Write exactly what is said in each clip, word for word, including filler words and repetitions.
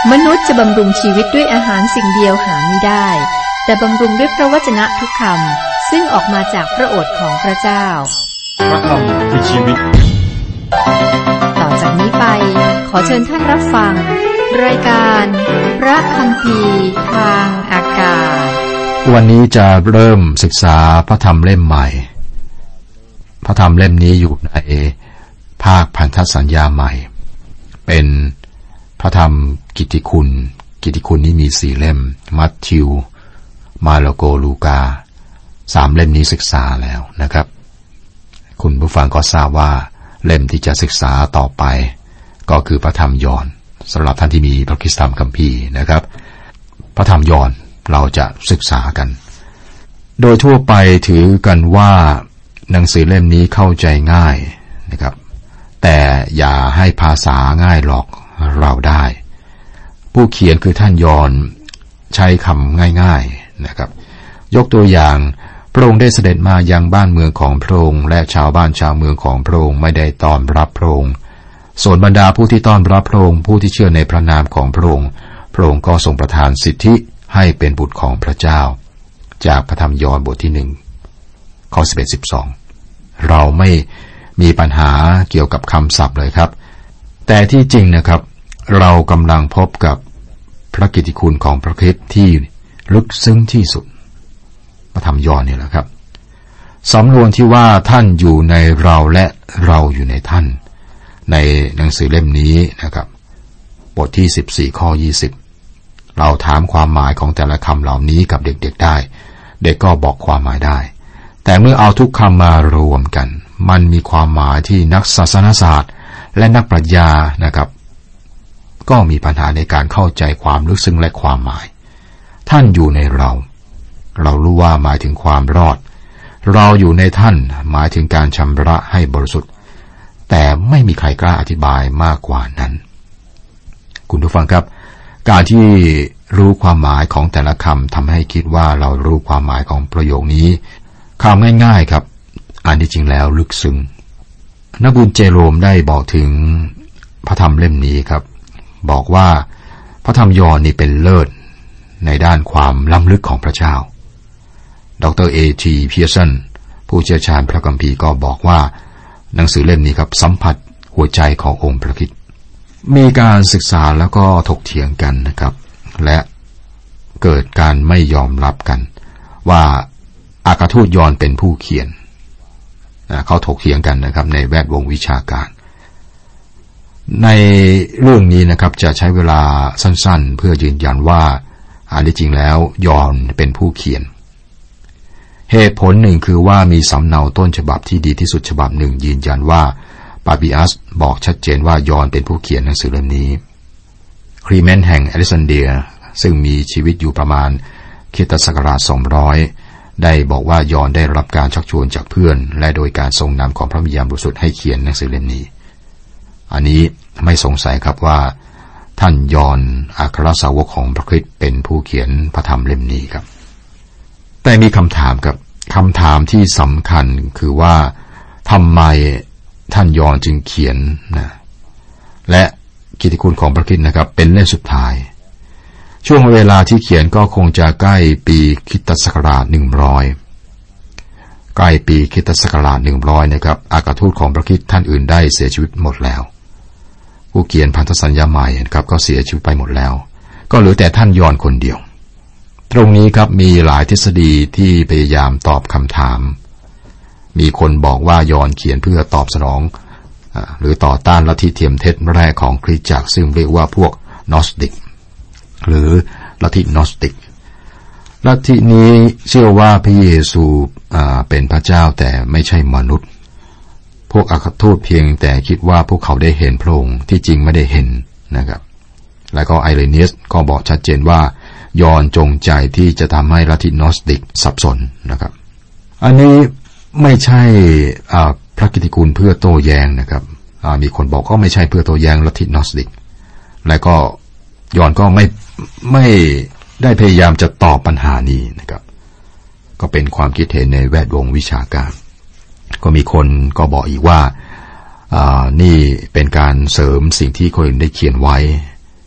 มนุษย์จะบำรุงชีวิตด้วยอาหารสิ่งเดียวหาไม่ได้แต่บำรุงด้วยพระวจนะทุกคำซึ่งออกมาจากพระโอษฐ์ของพระเจ้าพระคำคือชีวิตต่อจากนี้ไปขอเชิญท่านรับฟังรายการพระคัมภีร์ทางอากาศวันนี้จะเริ่มศึกษาพระธรรมเล่มใหม่พระธรรมเล่มนี้อยู่ในภาคพันธสัญญาใหม่เป็นพระธรรมกิตติคุณกิตติคุณนี้มีสี่เล่มมัทธิวมาระโกลูกาสามเล่มนี้ศึกษาแล้วนะครับคุณผู้ฟังก็ทราบว่าเล่มที่จะศึกษาต่อไปก็คือพระธรรมยอห์นสำหรับท่านที่มีพระคริสตธรรมคัมภีร์นะครับพระธรรมยอห์นเราจะศึกษากันโดยทั่วไปถือกันว่าหนังสือเล่มนี้เข้าใจง่ายนะครับแต่อย่าให้ภาษาง่ายหลอกเราได้ผู้เขียนคือท่านยอห์นใช้คำง่ายๆนะครับยกตัวอย่างพระองค์ได้เสด็จมายังบ้านเมืองของพระองค์และชาวบ้านชาวเมืองของพระองค์ไม่ได้ต้อนรับพระองค์ส่วนบรรดาผู้ที่ต้อนรับพระองค์ผู้ที่เชื่อในพระนามของพระองค์พระองค์ก็ทรงประทานสิทธิให้เป็นบุตรของพระเจ้าจากพระธรรมยอห์นบทที่หนึ่งข้อสิบเอ็ด สิบสองเราไม่มีปัญหาเกี่ยวกับคำศัพท์เลยครับแต่ที่จริงนะครับเรากำลังพบกับพระกิตติคุณของพระคริสต์ที่ลึกซึ้งที่สุดพระธรรมยอห์นนี่แหละครับสำนวนที่ว่าท่านอยู่ในเราและเราอยู่ในท่านในหนังสือเล่มนี้นะครับบทที่สิบสี่ข้อยี่สิบเราถามความหมายของแต่ละคำเหล่านี้กับเด็กๆได้เด็กก็บอกความหมายได้แต่เมื่อเอาทุกคำมารวมกันมันมีความหมายที่นักศาสนศาสตร์และนักปรัชญานะครับก็มีปัญหาในการเข้าใจความลึกซึ้งและความหมายท่านอยู่ในเราเรารู้ว่าหมายถึงความรอดเราอยู่ในท่านหมายถึงการชำระให้บริสุทธิ์แต่ไม่มีใครกล้าอธิบายมากกว่านั้นคุณผู้ฟังครับการที่รู้ความหมายของแต่ละคำทำให้คิดว่าเรารู้ความหมายของประโยคนี้คำง่ายๆครับอันที่จริงแล้วลึกซึ้งนักบุญเจโรมได้บอกถึงพระธรรมเล่มนี้ครับบอกว่าพระธรรมยอห์นนี่เป็นเลิศในด้านความล้ำลึกของพระเจ้าดรเอทีเพียร์สันผู้เชี่ยวชาญพระคัมภีร์ก็บอกว่าหนังสือเล่มนี้ครับสัมผัสหัวใจขององค์พระคริสต์มีการศึกษาแล้วก็ถกเถียงกันนะครับและเกิดการไม่ยอมรับกันว่าอาคาทูตยอห์นเป็นผู้เขียนเขาถกเถียงกันนะครับในแวดวงวิชาการในเรื่องนี้นะครับจะใช้เวลาสั้นๆเพื่อยืนยันว่าอันที่จริงแล้วยอห์นเป็นผู้เขียนเหตุผลหนึ่งคือว่ามีสำเนาต้นฉบับที่ดีที่สุดฉบับหนึ่งยืนยันว่าปาปิอัสบอกชัดเจนว่ายอห์นเป็นผู้เขียนหนังสือเล่มนี้คลีเมนต์แห่งอเล็กซานเดรียซึ่งมีชีวิตอยู่ประมาณคริสตศักราชสองร้อยได้บอกว่ายอห์นได้รับการชักชวนจากเพื่อนและโดยการทรงนำของพระวิญญาณบริสุทธิ์ให้เขียนหนังสือเล่มนี้อันนี้ไม่สงสัยครับว่าท่านยอห์นอัครสาวกของพระคริสต์เป็นผู้เขียนพระธรรมเล่มนี้ครับแต่มีคำถามครับคำถามที่สำคัญคือว่าทำไมท่านยอห์นจึงเขียนนะและกิตติคุณของพระคริสต์นะครับเป็นเล่มสุดท้ายช่วงเวลาที่เขียนก็คงจะใกล้ปีคริสตศักราชหนึ่งร้อยใกล้ปีคริสตศักราชหนึ่งร้อยนะครับอาคาทูตของพระคริสต์ท่านอื่นได้เสียชีวิตหมดแล้วผู้เขียนพันธสัญญาใหม่นะครับก็เสียชีวิตไปหมดแล้วก็เหลือแต่ท่านยอห์นคนเดียวตรงนี้ครับมีหลายทฤษฎีที่พยายามตอบคำถามมีคนบอกว่ายอห์นเขียนเพื่อตอบสนองหรือต่อต้านลัทธิเทียมเท็จแรกของคริสตจักรซึ่งเรียกว่าพวกนอสติกหรือลัทธินอสติกลัทธินี้เชื่อว่าพระเยซูเป็นพระเจ้าแต่ไม่ใช่มนุษย์พวกอาคาทูตเพียงแต่คิดว่าพวกเขาได้เห็นพระองค์ที่จริงไม่ได้เห็นนะครับแล้วก็ไอเรเนียสก็บอกชัดเจนว่ายอห์นจงใจที่จะทำให้ลัทธินอสติกสับสนนะครับอันนี้ไม่ใช่พระกิตติคุณเพื่อโต้แย้งนะครับมีคนบอกก็ไม่ใช่เพื่อโต้แย้งลัทธินอสติกและก็ยอห์นก็ไม่ไม่ได้พยายามจะตอบปัญหานี้นะครับก็เป็นความคิดเห็นในแวดวงวิชาการก็มีคนก็บอกอีกว่านี่เป็นการเสริมสิ่งที่คนอื่นได้เขียนไว้ เ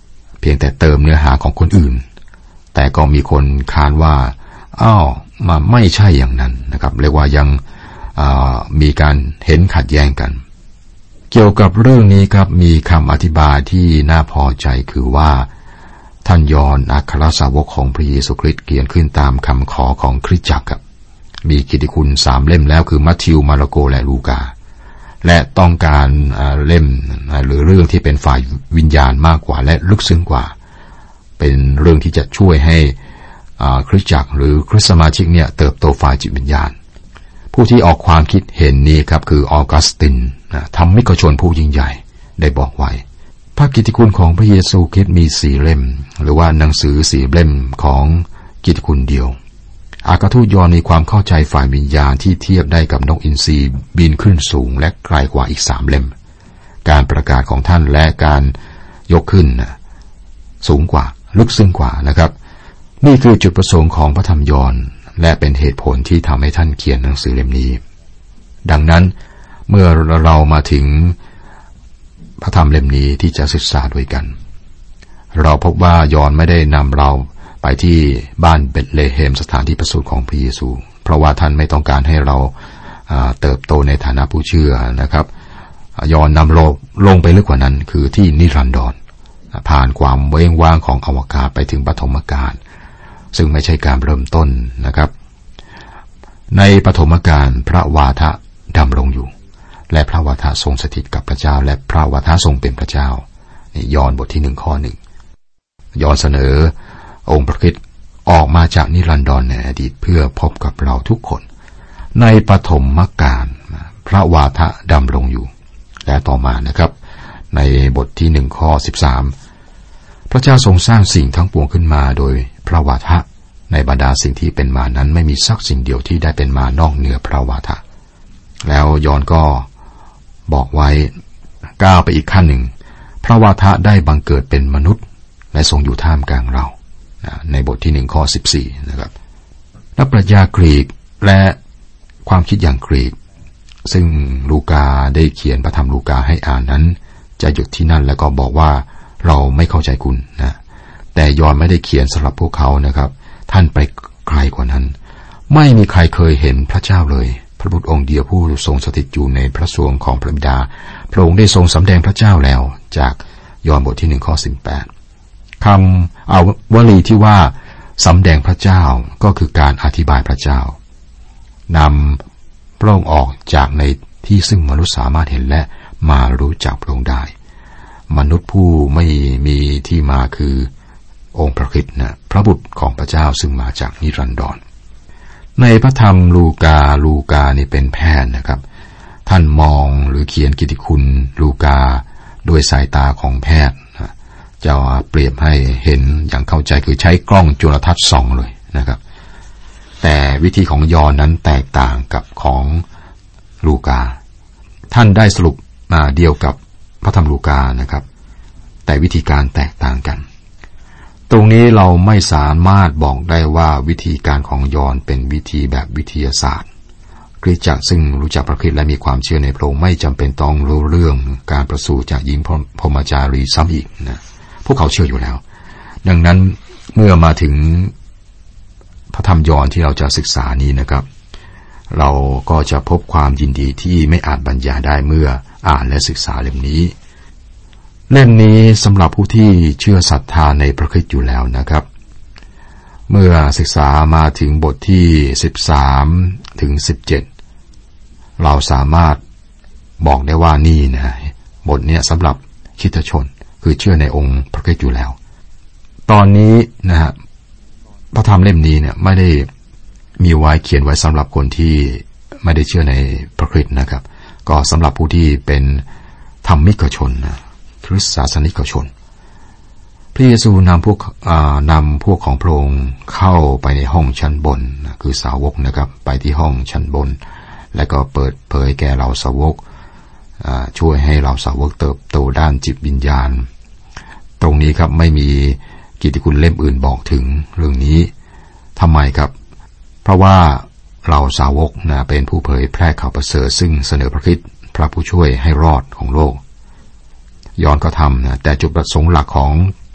พียงแต่เติมเนื้อหาของคนอื่นแต่ก็มีคนค้านว่าอ้าวมาไม่ใช่อย่างนั้นนะครับเรียกว่ายังมีการเห็นขัดแย้งกันเกี่ยวกับเรื่องนี้ครับมีคำอธิบายที่น่าพอใจคือว่าท่านยอห์นอัครสาวกของพระเยซูคริสต์เขียนขึ้นตามคำขอของคริสตจักรครับมีกิตติคุณสามเล่มแล้วคือมัทธิวมาระโกและลูกาและต้องการเล่มหรือเรื่องที่เป็นฝ่ายวิญญาณมากกว่าและลึกซึ้งกว่าเป็นเรื่องที่จะช่วยให้คริสตจักรหรือคริสตสมาชิกเนี่ยเติบโตฝ่ายจิตวิญญาณผู้ที่ออกความคิดเห็นนี้ครับคือออกัสตินธรรมิกชนผู้ยิ่งใหญ่ได้บอกไว้พระกิตติคุณของพระเยซูคริสต์มีสี่เล่มหรือว่าหนังสือสี่เล่มของกิตติคุณเดียวอากาทูตยอห์นมีความเข้าใจฝ่ายวิญญาณที่เทียบได้กับนกอินทรีบินขึ้นสูงและไกลกว่าอีกสามเล่มการประกาศของท่านและการยกขึ้นสูงกว่าลึกซึ้งกว่านะครับนี่คือจุดประสงค์ของพระธรรมยอห์นและเป็นเหตุผลที่ทำให้ท่านเขียนหนังสือเล่มนี้ดังนั้นเมื่อเรามาถึงพระธรรมเล่มนี้ที่จะศึกษาด้วยกันเราพบว่ายอห์นไม่ได้นำเราไปที่บ้านเบธเลเฮมสถานที่ประสูติของพระเยซูเพราะว่าท่านไม่ต้องการให้เราเติบโตในฐานะผู้เชื่อนะครับยอห์นนำเราลงไปลึกกว่านั้นคือที่นิรันดรผ่านความเว้งว้างของอวกาศไปถึงปฐมกาลซึ่งไม่ใช่การเริ่มต้นนะครับในปฐมกาลพระวาทะดำรงอยู่และพระวาทะทรงสถิตกับพระเจ้าและพระวาทะทรงเป็นพระเจ้ายอห์นบทที่หนึ่งข้อหนึ่งยอห์นเสนอองค์พระคริสต์ออกมาจากนิรันดรในอดีตเพื่อพบกับเราทุกคนในปฐมกาลพระวาทะดำรงอยู่และต่อมานะครับในบทที่หนึ่งข้อสิบสามพระเจ้าทรงสร้างสิ่งทั้งปวงขึ้นมาโดยพระวาทะในบรรดาสิ่งที่เป็นมานั้นไม่มีสักสิ่งเดียวที่ได้เป็นมานอกเหนือพระวาทะแล้วยอห์นก็บอกไว้ก้าวไปอีกขั้นหนึ่งพระวาทะได้บังเกิดเป็นมนุษย์และทรงอยู่ท่ามกลางเราในบทที่หนึ่งข้อสิบสี่นะครับนักปรัชญากรีกและความคิดอย่างกรีกซึ่งลูกาได้เขียนพระธรรมลูกาให้อ่านนั้นจะหยุดที่นั่นแล้วก็บอกว่าเราไม่เข้าใจคุณนะแต่ยอห์นไม่ได้เขียนสำหรับพวกเขานะครับท่านไปไกลกว่านั้นไม่มีใครเคยเห็นพระเจ้าเลยพระบุตรองค์เดียวผู้ทรงสถิตอยู่ในพระสวงของพระบิดาพระองค์ได้ทรงสำแดงพระเจ้าแล้วจากยอห์นบทที่หนึ่งข้อสิบแปดคำเอาวลีที่ว่าสำแดงพระเจ้าก็คือการอธิบายพระเจ้านำพระองค์ออกจากในที่ซึ่งมนุษย์สามารถเห็นและมารู้จักพระองค์ได้มนุษย์ผู้ไม่มีที่มาคือองค์พระคริสต์นะพระบุตรของพระเจ้าซึ่งมาจากนิรันดรในพระธรรมลูกาลูกานี่เป็นแพทย์นะครับท่านมองหรือเขียนกิตติคุณลูกาด้วยสายตาของแพทย์จะเปรียบให้เห็นอย่างเข้าใจคือใช้กล้องจุลทรรศน์ส่องเลยนะครับแต่วิธีของยอห์นนั้นแตกต่างกับของลูกาท่านได้สรุปมาเดียวกับพระธรรมลูกานะครับแต่วิธีการแตกต่างกันตรงนี้เราไม่สามารถบอกได้ว่าวิธีการของยอห์นเป็นวิธีแบบวิทยาศาสตร์คริสตจักรซึ่งรู้จักพระคริสต์และมีความเชื่อในพระองค์ไม่จำเป็นต้องรู้เรื่องการประสูติจากหญิงพรหมจารีซ้ำอีกนะพวกเขาเชื่ออยู่แล้วดังนั้นเมื่อมาถึงพระธรรมยอห์นที่เราจะศึกษานี้นะครับเราก็จะพบความยินดีที่ไม่อาจบรรยายได้เมื่ออ่านและศึกษาเล่มนี้เล่มนี้สำหรับผู้ที่เชื่อศรัทธาในพระคริสต์อยู่แล้วนะครับเมื่อศึกษามาถึงบทที่สิบสามถึงสิบเจ็ดเราสามารถบอกได้ว่านี่นะบทนี้สำหรับคริสตชนคือเชื่อในองค์พระคริสต์อยู่แล้วตอนนี้นะฮะพระธรรมเล่มนี้เนี่ยไม่ได้มีไว้เขียนไว้สำหรับคนที่ไม่ได้เชื่อในพระคริสต์นะครับก็สำหรับผู้ที่เป็นธรรมิกชนนะคริสตศาสนิกชนพระเยซูนำพวกนำพวกของพระองค์เข้าไปในห้องชั้นบนคือสาวกนะครับไปที่ห้องชั้นบนและก็เปิดเผยแก่เราสาวกช่วยให้เราสาวกเติบโตด้านจิตวิญญาณตรงนี้ครับไม่มีกิตติคุณเล่มอื่นบอกถึงเรื่องนี้ทำไมครับเพราะว่าเราสาวกนะเป็นผู้เผยแพร่ข่าวประเสริฐซึ่งเสนอพระคริสต์พระผู้ช่วยให้รอดของโลกยอห์นก็ทำนะแต่จุดประสงค์หลักของ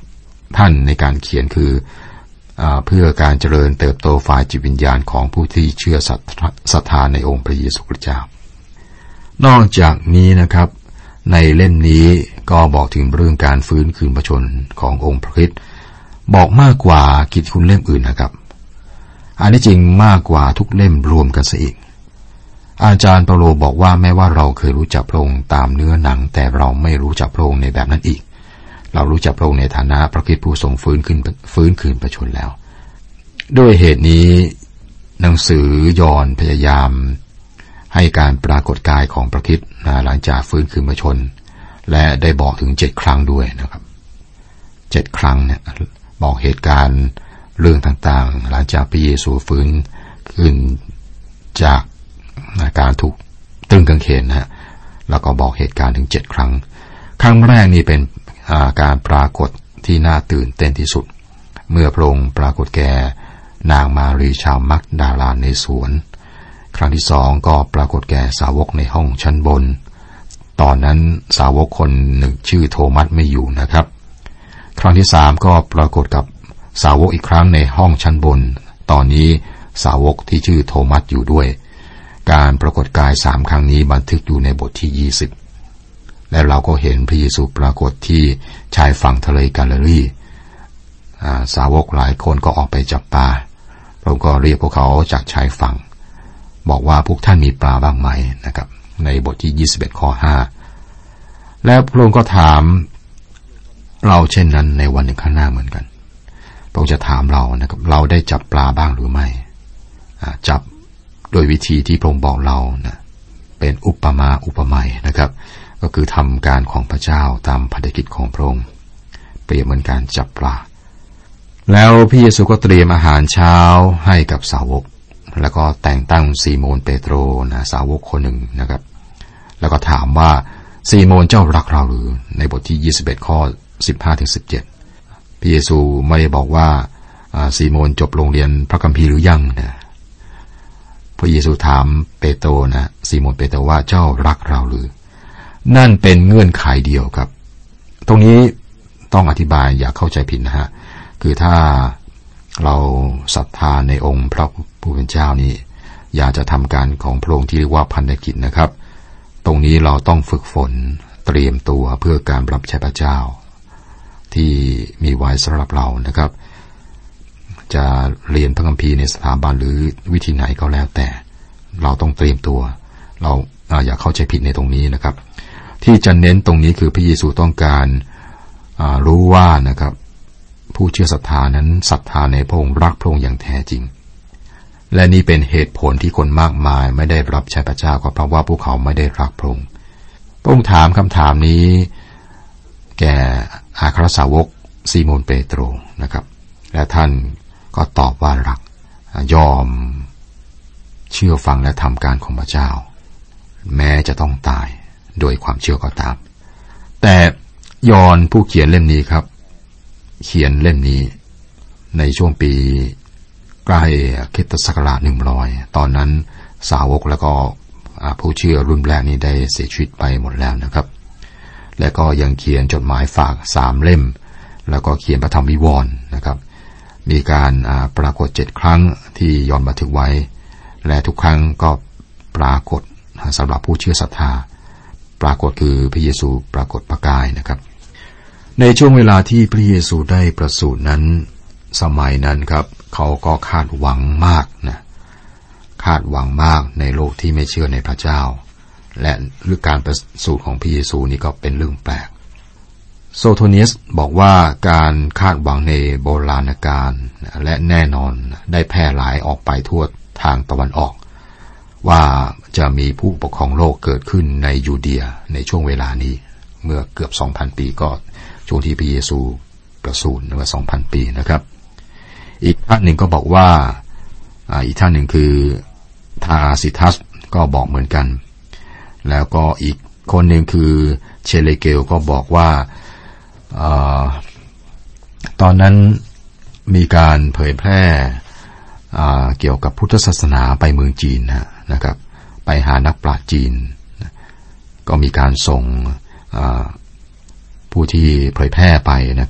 ท่านในการเขียนคือเพื่อการเจริญเติบโตฝ่ายจิตวิญญาณของผู้ที่เชื่อศรัทธาในองค์พระเยซูคริสต์เจ้านอกจากนี้นะครับในเล่มนี้ก็บอกถึงเรื่องการฟื้นคืนพระชนขององค์พระคริสต์บอกมากกว่ากิจคุณเล่มอื่นนะครับอันที่จริงมากกว่าทุกเล่มรวมกันซะอีกอาจารย์เปาโลบอกว่าแม้ว่าเราเคยรู้จักพระองค์ตามเนื้อหนังแต่เราไม่รู้จักพระองค์ในแบบนั้นอีกเรารู้จักพระองค์ในฐานะพระคริสต์ผู้ทรงฟื้นคืนฟื้นคืนพระชนแล้วด้วยเหตุนี้หนังสือยอห์นพยายามให้การปรากฏกายของพระคริสต์หลังจากฟื้นคืนพระชนและได้บอกถึงเจ็ดครั้งด้วยนะครับเจ็ดครั้งเนี่ยบอกเหตุการณ์เรื่องต่างๆหลังจากพระเยซูฟื้นขึ้นจากการถูกตรึงกางเขนนะฮะแล้วก็บอกเหตุการณ์ถึงเจ็ดครั้งครั้งแรกนี่เป็นการปรากฏที่น่าตื่นเต้นที่สุดเมื่อพระองค์ปรากฏแก่นางมารีชาวมักดาลาในสวนครั้งที่สองก็ปรากฏแก่สาวกในห้องชั้นบนตอนนั้นสาวกคนหนึ่งชื่อโทมัสไม่อยู่นะครับครั้งที่สามก็ปรากฏกับสาวกอีกครั้งในห้องชั้นบนตอนนี้สาวกที่ชื่อโทมัสอยู่ด้วยการปรากฏกายสามครั้งนี้บันทึกอยู่ในบทที่ยี่สิบและเราก็เห็นพระเยซูปรากฏที่ชายฝั่งทะเลกาลิลีสาวกหลายคนก็ออกไปจับปลาพระองค์ก็เรียกพวกเขาจากชายฝั่งบอกว่าพวกท่านมีปลาบ้างไหมนะครับในบทที่ยี่สิบเอ็ดข้อห้าและพระองค์ก็ถามเราเช่นนั้นในวันหนึ่งข้างหน้าเหมือนกันพระองค์จะถามเรานะครับเราได้จับปลาบ้างหรือไม่จับโดยวิธีที่พระองค์บอกเรานะเป็นอุปมาอุปไมยนะครับก็คือทำการของพระเจ้าตามภารกิจของพระองค์เปรียบเหมือนการจับปลาแล้วพระเยซูก็เตรียมอาหารเช้าให้กับสาวกแล้วก็แต่งตั้งซีโมนเปโตรนะสาวกคนหนึ่งนะครับแล้วก็ถามว่าซีโมนเจ้ารักเราหรือในบทที่ยี่สิบเอ็ดข้อสิบห้าถึงสิบเจ็ดพระเยซูไม่ได้บอกว่าซีโมนจบโรงเรียนพระคัมภีร์หรือยังนะพระเยซูถามเปโตรนะซีโมนเปโตรว่าเจ้ารักเราหรือนั่นเป็นเงื่อนไขเดียวครับตรงนี้ต้องอธิบายอย่าเข้าใจผิดนะฮะคือถ้าเราศรัทธาในองค์พระผู้เป็นเจ้านี่อยากจะทำการของพระองค์ที่เรียกว่าพันธกิจนะครับตรงนี้เราต้องฝึกฝนเตรียมตัวเพื่อการรับใช้พระเจ้าที่มีไว้สำหรับเรานะครับจะเรียนพระคัมภีร์ในสถาบันหรือวิธีไหนก็แล้วแต่เราต้องเตรียมตัวเราอย่าเข้าใจผิดในตรงนี้นะครับที่จะเน้นตรงนี้คือพระเยซูต้องการรู้ว่านะครับผู้เชื่อศรัทธานั้นศรัทธาในพระองค์รักพระองค์อย่างแท้จริงและนี่เป็นเหตุผลที่คนมากมายไม่ได้รับใช้พระเจ้าก็เพราะว่าพวกเขาไม่ได้รักพระองค์พระองค์ถามคำถามนี้แก่อัครสาวกซีโมนเปโตรนะครับและท่านก็ตอบว่ารักยอมเชื่อฟังและทำการของพระเจ้าแม้จะต้องตายโดยความเชื่อก็ตามแต่ยอห์นผู้เขียนเล่มนี้ครับเขียนเล่มนี้ในช่วงปีใกล้คริสตศักราชหนึ่งร้อยตอนนั้นสาวกแล้วก็ผู้เชื่อรุ่นแรกนี้ได้เสียชีวิตไปหมดแล้วนะครับและก็ยังเขียนจดหมายฝากสามเล่มแล้วก็เขียนพระธรรมวิวรณ์นะครับมีการปรากฏเจ็ดครั้งที่ยอห์นบันทึกไว้และทุกครั้งก็ปรากฏสำหรับผู้เชื่อศรัทธาปรากฏคือพระเยซูปรากฏประกายนะครับในช่วงเวลาที่พระเยซูได้ประสูตินั้นสมัยนั้นครับเขาก็คาดหวังมากนะคาดหวังมากในโลกที่ไม่เชื่อในพระเจ้าและเรื่องการประสูติของพระเยซูนี่ก็เป็นเรื่องแปลกโซโทเนียสบอกว่าการคาดหวังในโบราณกาลและแน่นอนได้แพร่หลายออกไปทั่วทางตะวันออกว่าจะมีผู้ปกครองโลกเกิดขึ้นในยูเดียในช่วงเวลานี้เมื่อเกือบ สองพัน ปีก็ช่วงที่พระเยซูประสูติเมื่อ สองพัน ปีนะครับอีกท่านหนึ่งก็บอกว่าอีกท่านหนึ่งคือทาซิทัสก็บอกเหมือนกันแล้วก็อีกคนหนึ่งคือเชเลเกลก็บอกว่าตอนนั้นมีการเผยแพร่เกี่ยวกับพุทธศาสนาไปเมืองจีนนะครับไปหานักปราชญ์จีนก็มีการส่งผู้ที่เผยแพร่ไปนะครับ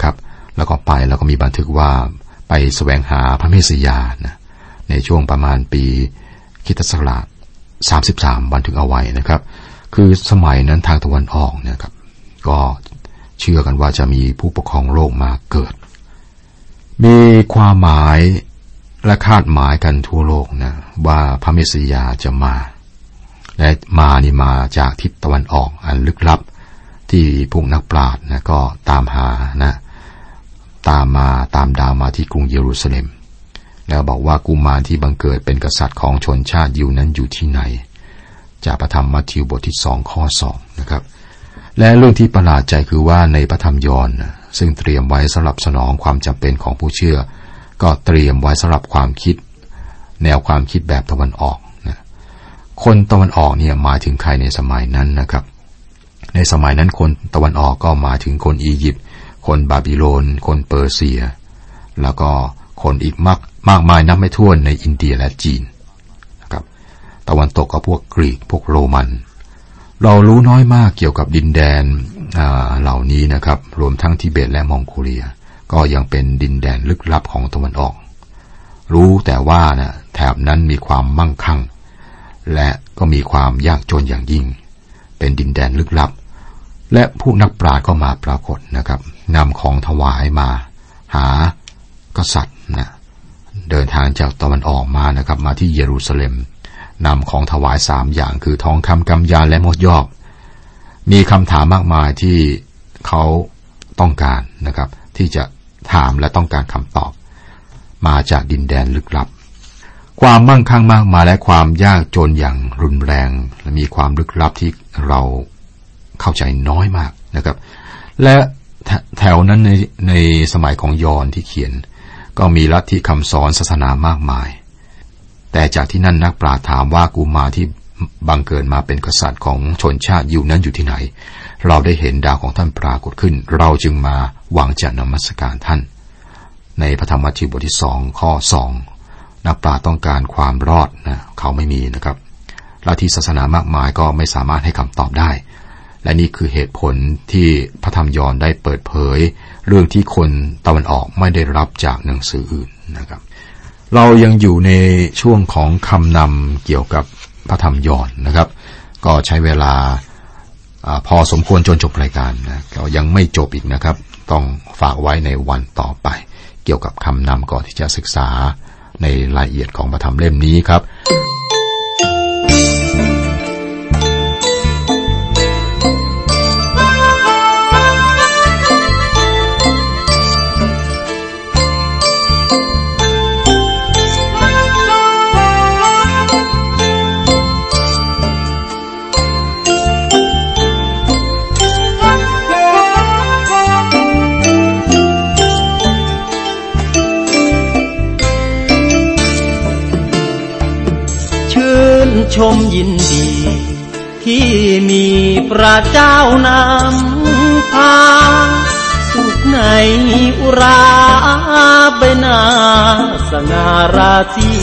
แล้วก็ไปแล้วก็มีบันทึกว่าไปแสวงหาพระเมสสิยานะในช่วงประมาณปีคริสตศักราชสามสิบสามบันทึกเอาไว้นะครับคือสมัยนั้นทางตะวันออกเนี่ยครับก็เชื่อกันว่าจะมีผู้ปกครองโลกมาเกิดมีความหมายและคาดหมายกันทั่วโลกนะว่าพระเมสสิยาจะมาและมานี่มาจากทิศตะวันออกอันลึกลับที่พวกนักปราชญ์นะก็ตามหานะตามมาตามดาวมาที่กรุงเยรูซาเล็มแล้วบอกว่ากุมารที่บังเกิดเป็นกษัตริย์ของชนชาติยิวนั้นอยู่ที่ไหนจากพระธรรมมัทธิวบทที่สองข้อสองนะครับและเรื่องที่ประหลาดใจคือว่าในพระธรรมยอห์นซึ่งเตรียมไว้สำหรับสนองความจำเป็นของผู้เชื่อก็เตรียมไว้สำหรับความคิดแนวความคิดแบบตะวันออกนะคนตะวันออกเนี่ยหมายถึงใครในสมัยนั้นนะครับในสมัยนั้นคนตะวันออกก็หมายถึงคนอียิปต์คนบาบิโลนคนเปอร์เซียแล้วก็คนอีกมากมากมายนับไม่ถ้วนในอินเดียและจีนนะครับตะวันตกก็พวกกรีกพวกโรมันเรารู้น้อยมากเกี่ยวกับดินแดนเหล่านี้นะครับรวมทั้งทิเบตและมองโกเลียก็ยังเป็นดินแดนลึกลับของตะวันออกรู้แต่ว่านะแถบนั้นมีความมั่งคั่งและก็มีความยากจนอย่างยิ่งเป็นดินแดนลึกลับและผู้นักปราชญ์ก็มาปรากฏนะครับนำของถวายมาหากษัตริย์นะเดินทางจากตะวันออกมานะครับมาที่เยรูซาเล็มนำของถวายสามอย่างคือทองคำกำยานและมดยอกมีคำถามมากมายที่เขาต้องการนะครับที่จะถามและต้องการคำตอบมาจากดินแดนลึกลับความมั่งคั่งมากมายและความยากจนอย่างรุนแรงและมีความลึกลับที่เราเข้าใจน้อยมากนะครับและแถวนั้นในในสมัยของยอห์นที่เขียนก็มีลัทธิคำสอนศาสนามากมายแต่จากที่นั่นนักปราชญ์ถามว่ากุมารที่บังเกิดมาเป็นกษัตริย์ของชนชาติยิวนั้นอยู่ที่ไหนเราได้เห็นดาวของท่านปรากฏขึ้นเราจึงมาหวังจะนมัสการท่านในพระธรรมมัทธิวบทที่สองข้อสองนักปราชญ์ต้องการความรอดนะเขาไม่มีนะครับลัทธิศาสนามากมายก็ไม่สามารถให้คำตอบได้และนี่คือเหตุผลที่พระธรรมยอห์นได้เปิดเผยเรื่องที่คนตะวันออกไม่ได้รับจากหนังสืออื่นนะครับเรายังอยู่ในช่วงของคำนำเกี่ยวกับพระธรรมยอห์นนะครับก็ใช้เวลาพอสมควรจนจบรายการนะก็ยังไม่จบอีกนะครับต้องฝากไว้ในวันต่อไปเกี่ยวกับคำนำก่อนที่จะศึกษาในรายละเอียดของพระธรรมเล่มนี้ครับชมยินดีที่มีพระเจ้านำพาสุขในอุราใบหน้าสง่าราศี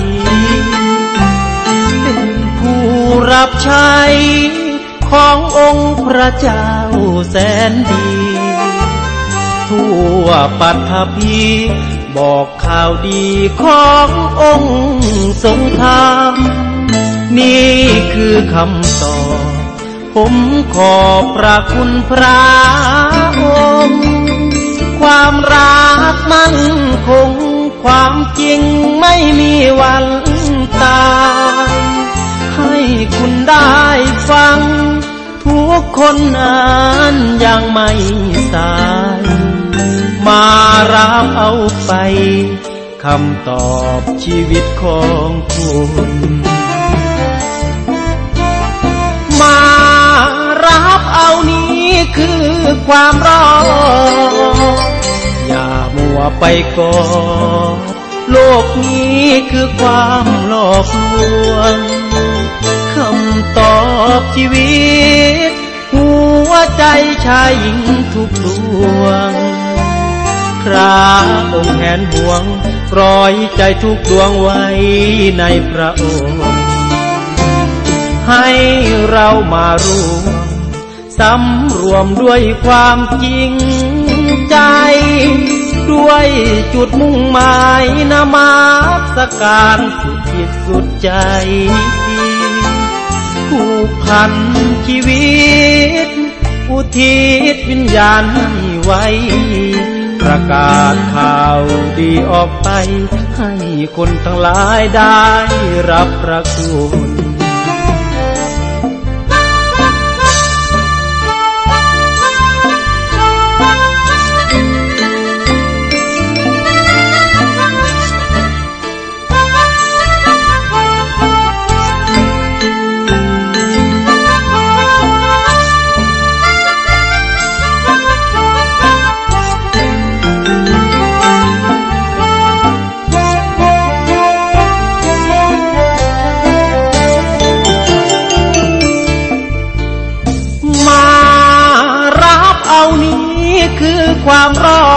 เป็นผู้รับใช้ขององค์พระเจ้าแสนดีทั่วปัทภีบอกข่าวดีขององค์ทรงธรรมนี่คือคำตอบผมขอบพระคุณพระองค์ความรักมั่นคงความจริงไม่มีวันตายให้คุณได้ฟังทุกคนอ่านยังไม่สายมารับเอาไปคำตอบชีวิตของคุณมารับเอานี้คือความรออย่ามัวไปก่อนโลกนี้คือความหลอกลวงคำตอบชีวิตหัวใจชายหญิงทุกดวงพระองค์แห่งห่วงปล่อยใจทุกดวงไว้ในพระองค์ให้เรามารวมสำรวมด้วยความจริงใจด้วยจุดมุ่งหมายนมัสการสุดจิตสุดใจผูกพันชีวิตอุทิศวิญญาณให้ไว้ประกาศข่าวดีออกไปให้คนทั้งหลายได้รับพระคุณคือความรอ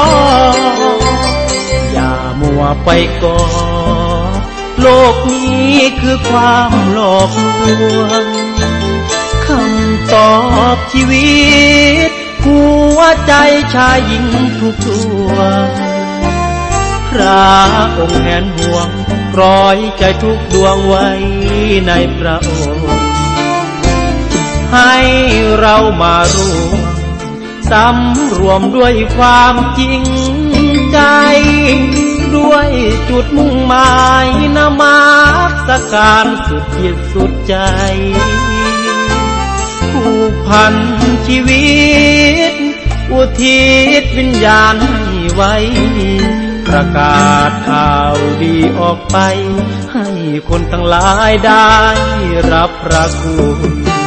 อย่ามัวไปก่อโลกนี้คือความหลอกลวงคำตอบชีวิตหัวใจชายหญิงทุกดวงพระองค์แห่งห่วงร้อยใจทุกดวงไว้ในพระองค์ให้เรามาร่วมสำรวมด้วยความจริงใจด้วยจุดมุ่งหมายนมัสการสุดจิตสุดใจผูกพันชีวิตอุทิศวิญญาณให้ไว้ประกาศข่าวดีออกไปให้คนทั้งหลายได้รับพระคุณ